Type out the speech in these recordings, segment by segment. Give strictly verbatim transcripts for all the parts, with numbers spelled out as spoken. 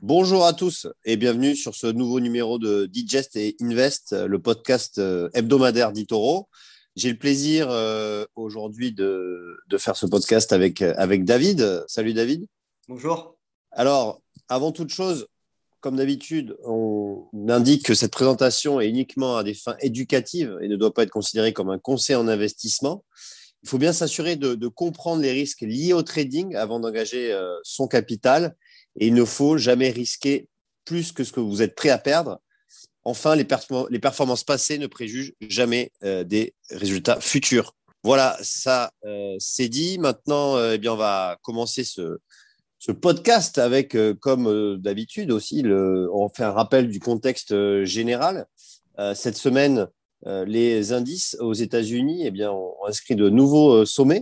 Bonjour à tous et bienvenue sur ce nouveau numéro de Digest et Invest, le podcast hebdomadaire d'eToro. J'ai le plaisir euh, aujourd'hui de, de faire ce podcast avec, avec David. Salut David. Bonjour. Alors, avant toute chose, comme d'habitude, on indique que cette présentation est uniquement à des fins éducatives et ne doit pas être considérée comme un conseil en investissement. Il faut bien s'assurer de, de comprendre les risques liés au trading avant d'engager euh, son capital. Et il ne faut jamais risquer plus que ce que vous êtes prêt à perdre. Enfin, les, perform- les performances passées ne préjugent jamais euh, des résultats futurs. Voilà, ça euh, c'est dit. Maintenant, euh, eh bien, on va commencer ce, ce podcast avec, euh, comme euh, d'habitude aussi, le, on fait un rappel du contexte euh, général. Euh, cette semaine, euh, les indices aux États-Unis eh bien, ont inscrit de nouveaux euh, sommets.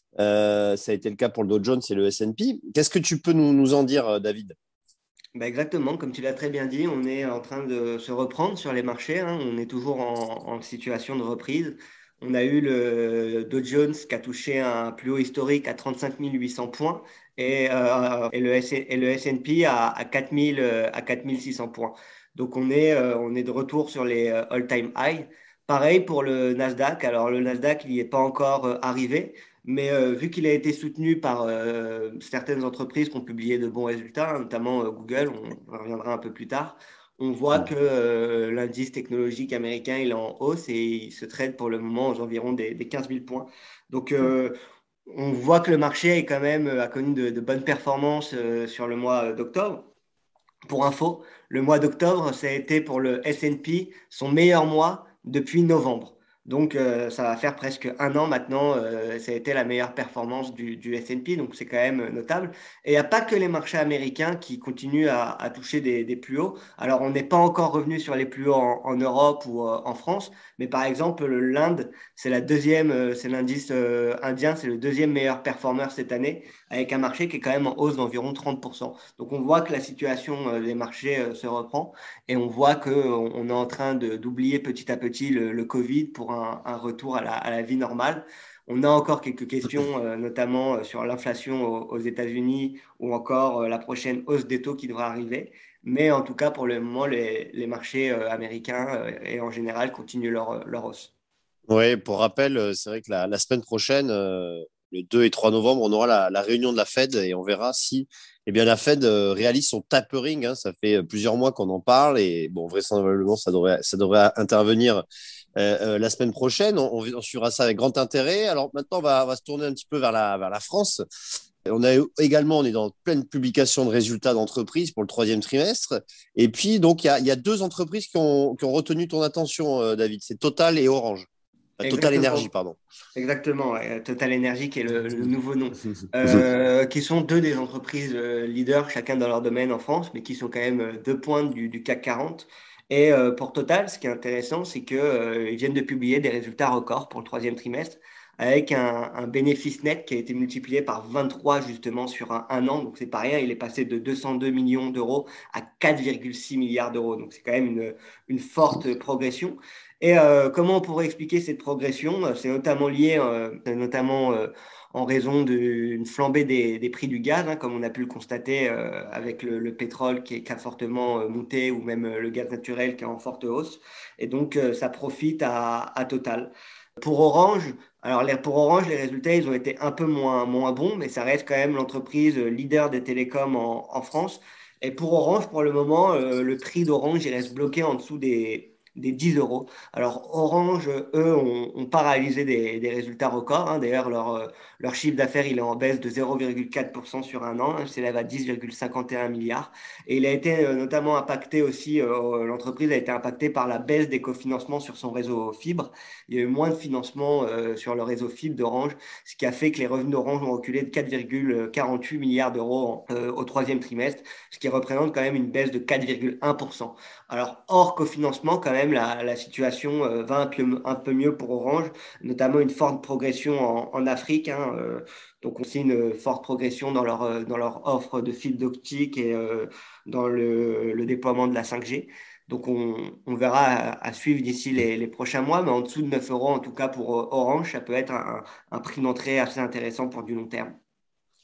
Euh, ça a été le cas pour le Dow Jones et le S and P. Qu'est-ce que tu peux nous, nous en dire, euh, David? Bah exactement, comme tu l'as très bien dit, on est en train de se reprendre sur les marchés, hein. On est toujours en, en situation de reprise. On a eu le Dow Jones qui a touché un plus haut historique à trente-cinq mille huit cents points et, euh, et le, S- et le S and P à, à quatre mille, euh, à quatre mille six cents points. Donc on est, euh, on est de retour sur les euh, all-time high. Pareil pour le Nasdaq. Alors le Nasdaq, il n'y est pas encore euh, arrivé. Mais euh, vu qu'il a été soutenu par euh, certaines entreprises qui ont publié de bons résultats, hein, notamment euh, Google, on en reviendra un peu plus tard, on voit que euh, l'indice technologique américain il est en hausse et il se trade pour le moment aux environs des, des quinze mille points. Donc euh, on voit que le marché est quand même, a connu de, de bonnes performances euh, sur le mois d'octobre. Pour info, le mois d'octobre, ça a été pour le S and P son meilleur mois depuis novembre. Donc, euh, ça va faire presque un an maintenant. Euh, ça a été la meilleure performance du, du S and P, donc c'est quand même notable. Et il n'y a pas que les marchés américains qui continuent à, à toucher des, des plus hauts. Alors, on n'est pas encore revenu sur les plus hauts en, en Europe ou euh, en France, mais par exemple, l'Inde, c'est la deuxième, euh, c'est l'indice euh, indien, c'est le deuxième meilleur performeur cette année, avec un marché qui est quand même en hausse d'environ trente pour cent. Donc on voit que la situation euh, des marchés euh, se reprend et on voit qu'on on est en train de- d'oublier petit à petit le, le Covid pour un, un retour à la, à la vie normale. On a encore quelques questions, euh, notamment euh, sur l'inflation aux, aux États-Unis ou encore euh, la prochaine hausse des taux qui devra arriver. Mais en tout cas, pour le moment, les, les marchés euh, américains euh, et en général continuent leur, leur hausse. Oui, pour rappel, euh, c'est vrai que la, la semaine prochaine, euh, le deux et trois novembre, on aura la, la réunion de la Fed et on verra si eh bien, la Fed euh, réalise son tapering, hein. Ça fait euh, plusieurs mois qu'on en parle et bon, vraisemblablement, ça devrait, ça devrait intervenir euh, euh, la semaine prochaine. On, on suivra ça avec grand intérêt. Alors maintenant, on va, on va se tourner un petit peu vers la, vers la France. On a également, on est dans pleine publication de résultats d'entreprise pour le troisième trimestre. Et puis, donc, il y a, il y a deux entreprises qui ont, qui ont retenu ton attention, euh, David. C'est Total et Orange. Euh, Total Énergie, Exactement. pardon. Exactement, ouais. Total Energy qui est le, le nouveau nom, Euh, qui sont deux des entreprises euh, leaders chacun dans leur domaine en France, mais qui sont quand même euh, deux pointes du, du CAC quarante. Et euh, pour Total, ce qui est intéressant, c'est que euh, ils viennent de publier des résultats records pour le troisième trimestre, avec un, un bénéfice net qui a été multiplié par vingt-trois justement sur un, un an. Donc c'est pas rien, il est passé de deux cent deux millions d'euros à quatre virgule six milliards d'euros. Donc c'est quand même une, une forte progression. Et euh, comment on pourrait expliquer cette progression? Euh, C'est notamment lié, euh, notamment euh, en raison d'une flambée des, des prix du gaz, hein, comme on a pu le constater euh, avec le, le pétrole qui, est- qui a fortement euh, monté, ou même euh, le gaz naturel qui est en forte hausse. Et donc, euh, ça profite à, à Total. Pour Orange, alors les- pour Orange, les résultats, ils ont été un peu moins, moins bons, mais ça reste quand même l'entreprise leader des télécoms en, en France. Et pour Orange, pour le moment, euh, le prix d'Orange, il reste bloqué en dessous des, des dix euros. Alors Orange, eux, ont, ont pas réalisé des, des résultats records, hein. D'ailleurs, leur, euh, leur chiffre d'affaires, il est en baisse de zéro virgule quatre pour cent sur un an, hein. Il s'élève à dix virgule cinquante et un milliards. Et il a été euh, notamment impacté aussi, euh, l'entreprise a été impactée par la baisse des cofinancements sur son réseau fibre. Il y a eu moins de financement euh, sur le réseau fibre d'Orange, ce qui a fait que les revenus d'Orange ont reculé de quatre virgule quarante-huit milliards d'euros euh, au troisième trimestre, ce qui représente quand même une baisse de quatre virgule un pour cent. Alors, hors cofinancement, quand même, la, la situation euh, va un peu, un peu mieux pour Orange, notamment une forte progression en, en Afrique, hein, euh, donc, on sait une forte progression dans leur, euh, dans leur offre de fibre optique et euh, dans le, le déploiement de la cinq G. Donc, on, on verra à, à suivre d'ici les, les prochains mois, mais en dessous de neuf euros, en tout cas pour euh, Orange, ça peut être un, un prix d'entrée assez intéressant pour du long terme.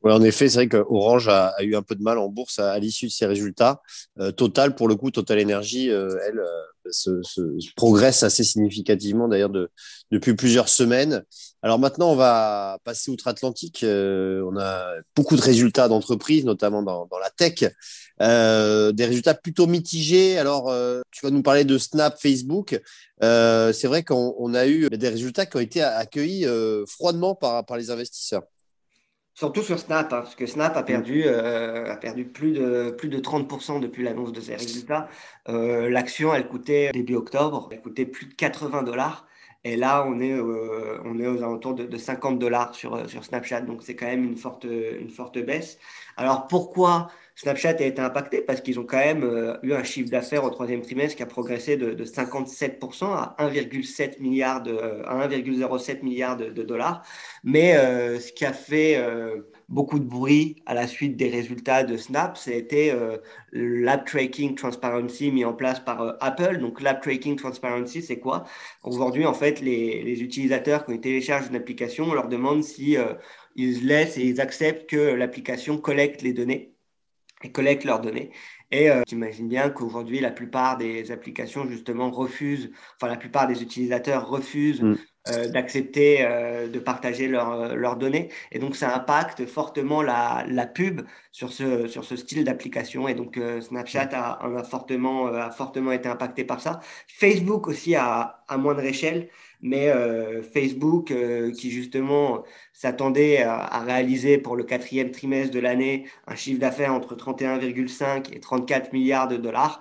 Ouais, en effet, c'est vrai que Orange a, a eu un peu de mal en bourse à, à l'issue de ses résultats. Euh, Total, pour le coup, Total Energy, euh, elle, euh, se, se- se progresse assez significativement d'ailleurs de, depuis plusieurs semaines. Alors maintenant, on va passer outre-Atlantique. Euh, on a beaucoup de résultats d'entreprises, notamment dans, dans la tech, euh, des résultats plutôt mitigés. Alors, euh, tu vas nous parler de Snap, Facebook. Euh, c'est vrai qu'on on a eu des résultats qui ont été accueillis euh, froidement par, par les investisseurs. Surtout sur Snap, hein, parce que Snap a Mm. perdu, euh, a perdu plus de, plus de trente pour cent depuis l'annonce de ses résultats. Euh, l'action, elle coûtait, début octobre, elle coûtait plus de quatre-vingts dollars. Et là, on est, euh, on est aux alentours de, de cinquante dollars sur, euh, sur Snapchat. Donc, c'est quand même une forte, une forte baisse. Alors, pourquoi Snapchat a été impacté? Parce qu'ils ont quand même euh, eu un chiffre d'affaires au troisième trimestre qui a progressé de, de cinquante-sept pour cent à un virgule sept milliard de, à un virgule zéro sept milliard de, de dollars. Mais euh, ce qui a fait euh, beaucoup de bruit à la suite des résultats de Snap, c'était euh, l'App Tracking Transparency mis en place par euh, Apple. Donc, l'App Tracking Transparency, c'est quoi? Aujourd'hui, en fait, les, les utilisateurs, quand ils téléchargent une application, on leur demande si euh, ils laissent et ils acceptent que l'application collecte les données et collectent leurs données. Et euh, j'imagine bien qu'aujourd'hui, la plupart des applications, justement, refusent, enfin, la plupart des utilisateurs refusent Mm. euh, d'accepter euh, de partager leurs leurs données. Et donc, ça impacte fortement la, la pub sur ce, sur ce style d'application. Et donc, euh, Snapchat a, en a, fortement, euh, a fortement été impacté par ça. Facebook aussi à, à moindre échelle, mais euh, Facebook euh, qui, justement, s'attendait à, à réaliser pour le quatrième trimestre de l'année un chiffre d'affaires entre trente et un virgule cinq et trente-quatre milliards de dollars,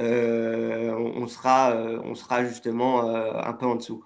euh, on, on sera, euh, on sera justement euh, un peu en dessous.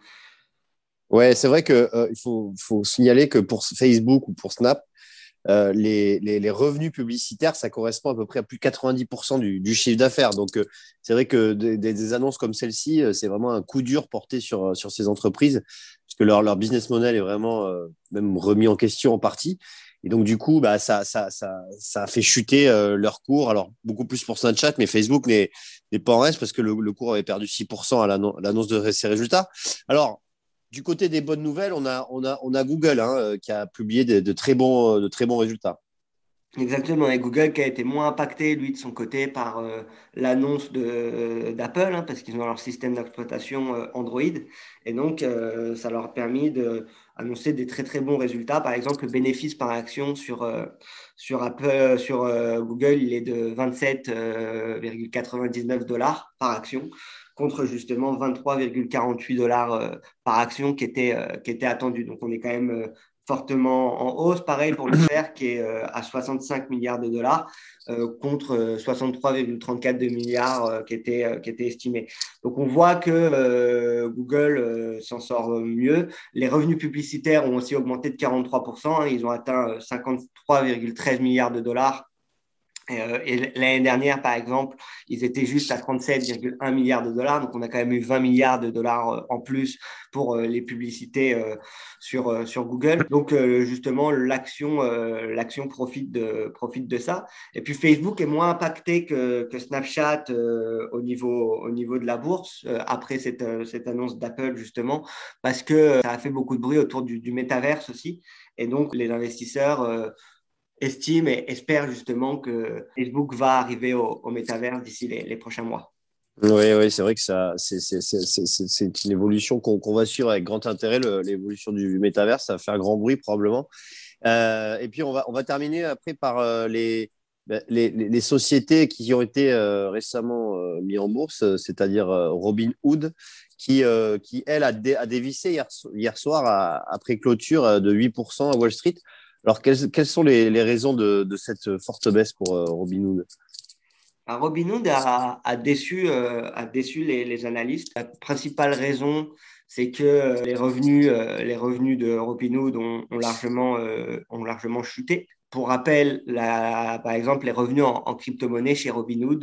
Ouais, c'est vrai que euh, il faut, faut signaler que pour Facebook ou pour Snap, euh, les, les, les revenus publicitaires, ça correspond à peu près à plus de quatre-vingt-dix pour cent du, du chiffre d'affaires. Donc, euh, c'est vrai que des, des, des annonces comme celle-ci, euh, c'est vraiment un coup dur porté sur, sur ces entreprises, parce que leur, leur business model est vraiment euh, même remis en question en partie. Et donc, du coup, bah, ça, ça, ça, ça a fait chuter euh, leur cours. Alors, beaucoup plus pour Snapchat, mais Facebook n'est, n'est pas en reste parce que le, le cours avait perdu six pour cent à l'annonce de ces résultats. Alors, du côté des bonnes nouvelles, on a, on a, on a Google hein, euh, qui a publié de, de, très bons, de très bons résultats. Exactement, et Google qui a été moins impacté, lui, de son côté, par euh, l'annonce de, d'Apple, hein, parce qu'ils ont leur système d'exploitation euh, Android. Et donc, euh, ça leur a permis d'annoncer des très, très bons résultats. Par exemple, le bénéfice par action sur, euh, sur, Apple, sur euh, Google, il est de vingt-sept virgule quatre-vingt-dix-neuf dollars par action, contre justement vingt-trois virgule quarante-huit dollars euh, par action qui était, euh, qui était attendu. Donc, on est quand même euh, fortement en hausse. Pareil pour Leclerc qui est euh, à soixante-cinq milliards de dollars euh, contre euh, soixante-trois virgule trente-quatre de milliards euh, qui, était, euh, qui était estimé. Donc on voit que euh, Google euh, s'en sort mieux. Les revenus publicitaires ont aussi augmenté de quarante-trois pour cent. Hein. Ils ont atteint cinquante-trois virgule treize milliards de dollars. Et, euh, et l'année dernière, par exemple, ils étaient juste à trente-sept virgule un milliards de dollars. Donc, on a quand même eu vingt milliards de dollars euh, en plus pour euh, les publicités euh, sur, euh, sur Google. Donc, euh, justement, l'action, euh, l'action profite de, profite de ça. Et puis, Facebook est moins impacté que, que Snapchat euh, au niveau, au niveau de la bourse euh, après cette, euh, cette annonce d'Apple, justement, parce que euh, ça a fait beaucoup de bruit autour du, du métaverse aussi. Et donc, les investisseurs euh, estime et espère justement que Facebook va arriver au, au métavers d'ici les, les prochains mois. Oui, oui, c'est vrai que ça, c'est, c'est, c'est, c'est, c'est c'est une évolution qu'on qu'on va suivre avec grand intérêt, le- l'évolution du métavers. Ça va faire grand bruit probablement. Euh, et puis, on va, on va terminer après par euh, les, ben, les, les, les sociétés qui ont été euh, récemment euh, mises en bourse, euh, c'est-à-dire euh, Robinhood, qui, euh, qui elle, a, dé, a dévissé hier, hier soir à- après clôture euh, de huit pour cent à Wall Street. Alors, quelles, quelles sont les, les raisons de, de cette forte baisse pour euh, Robinhood? Alors, Robinhood a, a déçu, euh, a déçu les, les analystes. La principale raison, c'est que euh, les revenus, euh, les revenus de Robinhood ont, ont largement, euh, ont largement chuté. Pour rappel, la, par exemple, les revenus en, en crypto-monnaie chez Robinhood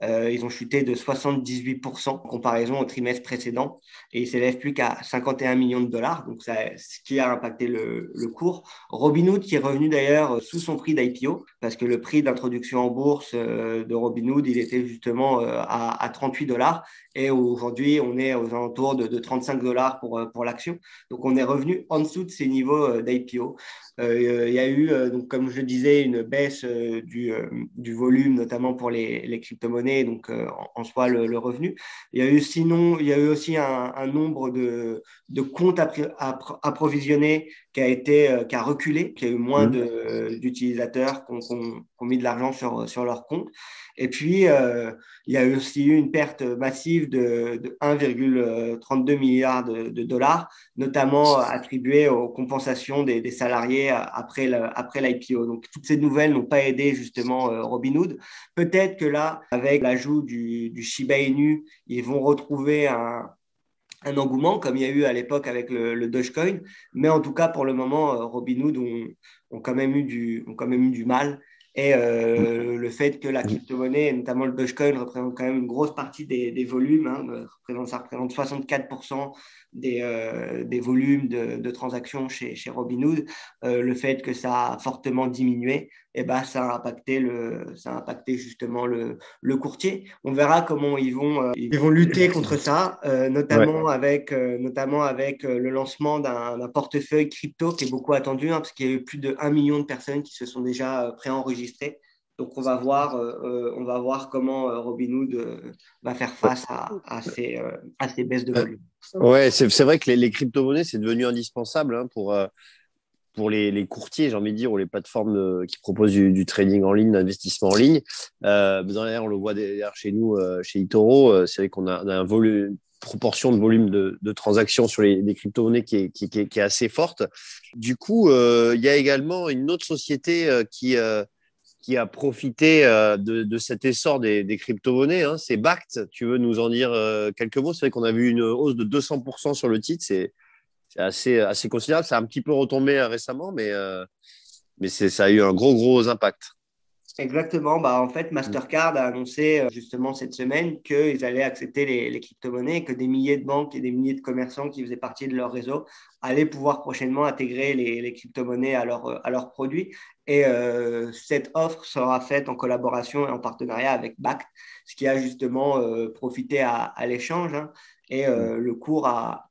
Euh, ils ont chuté de soixante-dix-huit pour cent en comparaison au trimestre précédent et ils s'élèvent plus qu'à cinquante et un millions de dollars, donc ça, ce qui a impacté le, le cours. Robinhood qui est revenu d'ailleurs sous son prix d'I P O parce que le prix d'introduction en bourse euh, de Robinhood, il était justement euh, à, à trente-huit dollars et aujourd'hui on est aux alentours de, de trente-cinq dollars pour, pour l'action. Donc on est revenu en dessous de ces niveaux euh, d'I P O. Euh, il y a eu, euh, donc, comme je disais, une baisse euh, du, euh, du volume, notamment pour les, les crypto-monnaies, donc euh, en, en soi le, le revenu. Il y a eu sinon, il y a eu aussi un, un nombre de, de comptes appri- appro- approvisionnés qui a été, euh, qui a reculé, qui a eu moins Mmh. de, d'utilisateurs qui ont, qui ont- qui ont mis de l'argent sur, sur leur compte. Et puis, euh, il y a aussi eu une perte massive de, de un virgule trente-deux milliard de, de dollars, notamment attribuée aux compensations des, des salariés après, le, après l'I P O. Donc, toutes ces nouvelles n'ont pas aidé justement euh, Robinhood. Peut-être que là, avec l'ajout du, du Shiba Inu, ils vont retrouver un, un engouement comme il y a eu à l'époque avec le, le Dogecoin. Mais en tout cas, pour le moment, euh, Robinhood ont, ont, quand même eu du, ont quand même eu du mal. Et euh, le fait que la crypto-monnaie, et notamment le Dogecoin, représente quand même une grosse partie des, des volumes, hein, représente, ça représente soixante-quatre pour cent des, euh, des volumes de, de transactions chez, chez Robinhood, euh, le fait que ça a fortement diminué, eh ben, ça a impacté, le, ça a impacté justement le, le courtier. On verra comment ils vont, euh, ils vont lutter contre ça, euh, Ouais. notamment avec, euh, notamment avec euh, le lancement d'un, d'un portefeuille crypto qui est beaucoup attendu, hein, parce qu'il y a eu plus de un million de personnes qui se sont déjà euh, préenregistrées. Donc, on va voir, euh, euh, on va voir comment euh, Robinhood euh, va faire face à, à, ces, euh, à ces baisses de Euh, volume. Ouais, c'est c'est vrai que les, les crypto-monnaies, c'est devenu indispensable hein, pour, euh, pour les, les courtiers, j'ai envie de dire, ou les plateformes de- qui proposent du, du trading en ligne, d'investissement en ligne. Euh, d'ailleurs, on le voit d'ailleurs chez nous, euh, chez eToro, euh, c'est vrai qu'on a, on a un volume, une proportion de volume de, de transactions sur les, les crypto-monnaies qui est, qui, qui est, qui est assez forte. Du coup, euh, il y a également une autre société euh, qui, euh, qui a profité euh, de, de cet essor des, des crypto-monnaies, hein, c'est Bakkt. Tu veux nous en dire euh, quelques mots? C'est vrai qu'on a vu une hausse de deux cents pour cent sur le titre, c'est c'est assez, assez considérable. Ça a un petit peu retombé euh, récemment, mais, euh, mais c'est, ça a eu un gros, gros impact. Exactement. Bah, en fait, Mm. Mastercard a annoncé euh, justement cette semaine qu'ils allaient accepter les, les crypto-monnaies et que des milliers de banques et des milliers de commerçants qui faisaient partie de leur réseau allaient pouvoir prochainement intégrer les, les crypto-monnaies à, leur, à leurs produits. Et euh, cette offre sera faite en collaboration et en partenariat avec Bakkt, ce qui a justement euh, profité à, à l'échange, hein. Et Mm. euh, le cours a,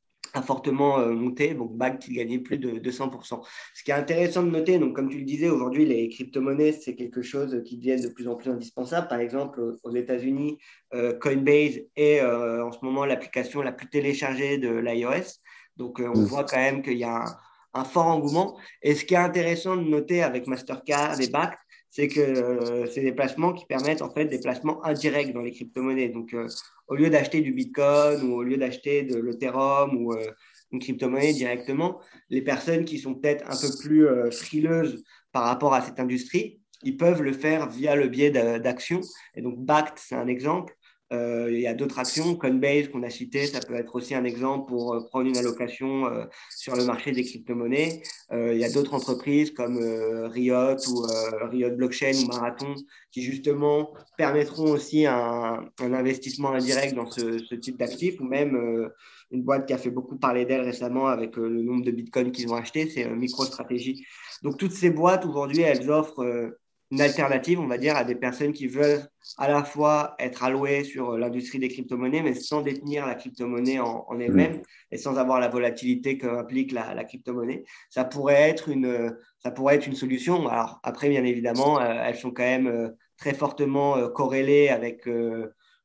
a fortement euh, monté, donc B A C qui gagnait plus de deux cents pour cent. Ce qui est intéressant de noter, donc comme tu le disais, aujourd'hui, les crypto-monnaies, c'est quelque chose qui devient de plus en plus indispensable. Par exemple, aux États-Unis, euh, Coinbase est euh, en ce moment l'application la plus téléchargée de l'iOS. Donc, euh, on Mm. voit quand même qu'il y a un, un fort engouement. Et ce qui est intéressant de noter avec Mastercard et B A C, c'est que euh, c'est des placements qui permettent en fait des placements indirects dans les crypto-monnaies. Donc, euh, au lieu d'acheter du Bitcoin ou au lieu d'acheter de l'Ethereum ou euh, une crypto-monnaie directement, les personnes qui sont peut-être un peu plus euh, frileuses par rapport à cette industrie, ils peuvent le faire via le biais d'actions. Et donc, Bakkt, c'est un exemple. Euh, il y a d'autres actions, Coinbase qu'on a cité, ça peut être aussi un exemple pour euh, prendre une allocation euh, sur le marché des crypto-monnaies. Euh, il y a d'autres entreprises comme euh, Riot ou euh, Riot Blockchain ou Marathon qui justement permettront aussi un, un investissement indirect dans ce, ce type d'actifs, ou même euh, une boîte qui a fait beaucoup parler d'elle récemment avec euh, le nombre de bitcoins qu'ils ont acheté, c'est euh, MicroStrategy. Donc toutes ces boîtes aujourd'hui, elles offrent euh, une alternative, on va dire, à des personnes qui veulent à la fois être allouées sur l'industrie des crypto-monnaies, mais sans détenir la crypto-monnaie en, en Mm. elle-même et sans avoir la volatilité qu'implique la, la crypto-monnaie. Ça pourrait être une, ça pourrait être une solution. Alors après, bien évidemment, euh, elles sont quand même euh, très fortement euh, corrélées avec euh,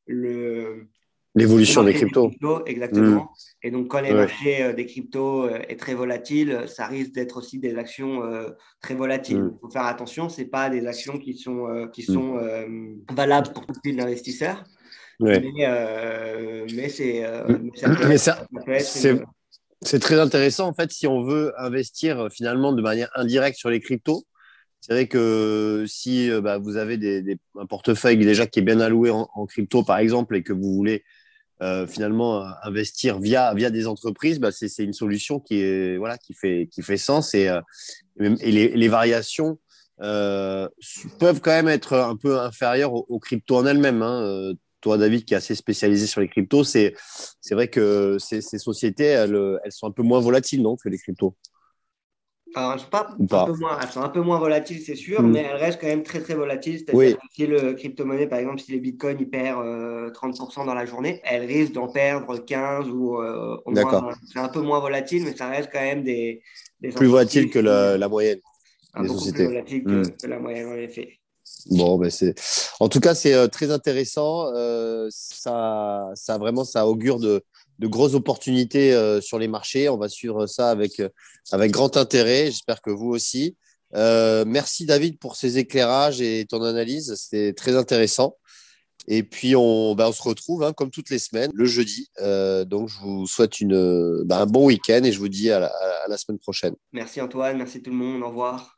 le, le L'évolution des marché des cryptos. cryptos, Mm. exactement. Et donc, quand les Ouais. marchés euh, des cryptos euh, est très volatile, ça risque d'être aussi des actions euh, très volatiles. Mm. Il faut faire attention, ce n'est pas des actions qui sont, euh, qui Mm. sont euh, valables pour tout type d'investisseurs, Ouais. mais, euh, mais, c'est, euh, Mm. mais ça peut Mais être, ça, ça peut être c'est, une. c'est très intéressant, en fait, si on veut investir euh, finalement de manière indirecte sur les cryptos. C'est vrai que si euh, bah, vous avez des, des- un portefeuille déjà qui est bien alloué en, en crypto, par exemple, et que vous voulez euh, finalement euh, investir via, via des entreprises, bah, c'est, c'est une solution qui, est, voilà, qui, fait, qui fait sens. Et, euh, et les, les variations euh, peuvent quand même être un peu inférieures aux, aux cryptos en elles-mêmes, hein. Euh, toi, David, qui est assez spécialisé sur les cryptos, c'est, c'est vrai que ces, ces sociétés, elles, elles sont un peu moins volatiles, non, que les cryptos, Alors, elles sont pas ou un pas? peu moins, elles sont un peu moins volatiles, c'est sûr, mais Hmm. elles restent quand même très très volatiles. C'est-à-dire Oui, que si le crypto-monnaie, par exemple, si les bitcoins il perd euh, trente pour cent dans la journée, elles risquent d'en perdre quinze ou euh, au moins d'accord. vingt. C'est un peu moins volatile, mais ça reste quand même des, des Plus volatile entreprises que qui la, euh, la moyenne sont des beaucoup plus sociétés. volatiles Hmm. que, que la moyenne, en effet. Bon, ben c'est. En tout cas, c'est euh, très intéressant. Euh, ça, ça vraiment, ça augure de, de grosses opportunités euh, sur les marchés. On va suivre ça avec, euh, avec grand intérêt. J'espère que vous aussi. Euh, merci David pour ces éclairages et ton analyse. C'était très intéressant. Et puis on, ben, on se retrouve hein, comme toutes les semaines le jeudi. Euh, donc je vous souhaite une, ben, un bon week-end et je vous dis à la, à la semaine prochaine. Merci Antoine, merci tout le monde, au revoir.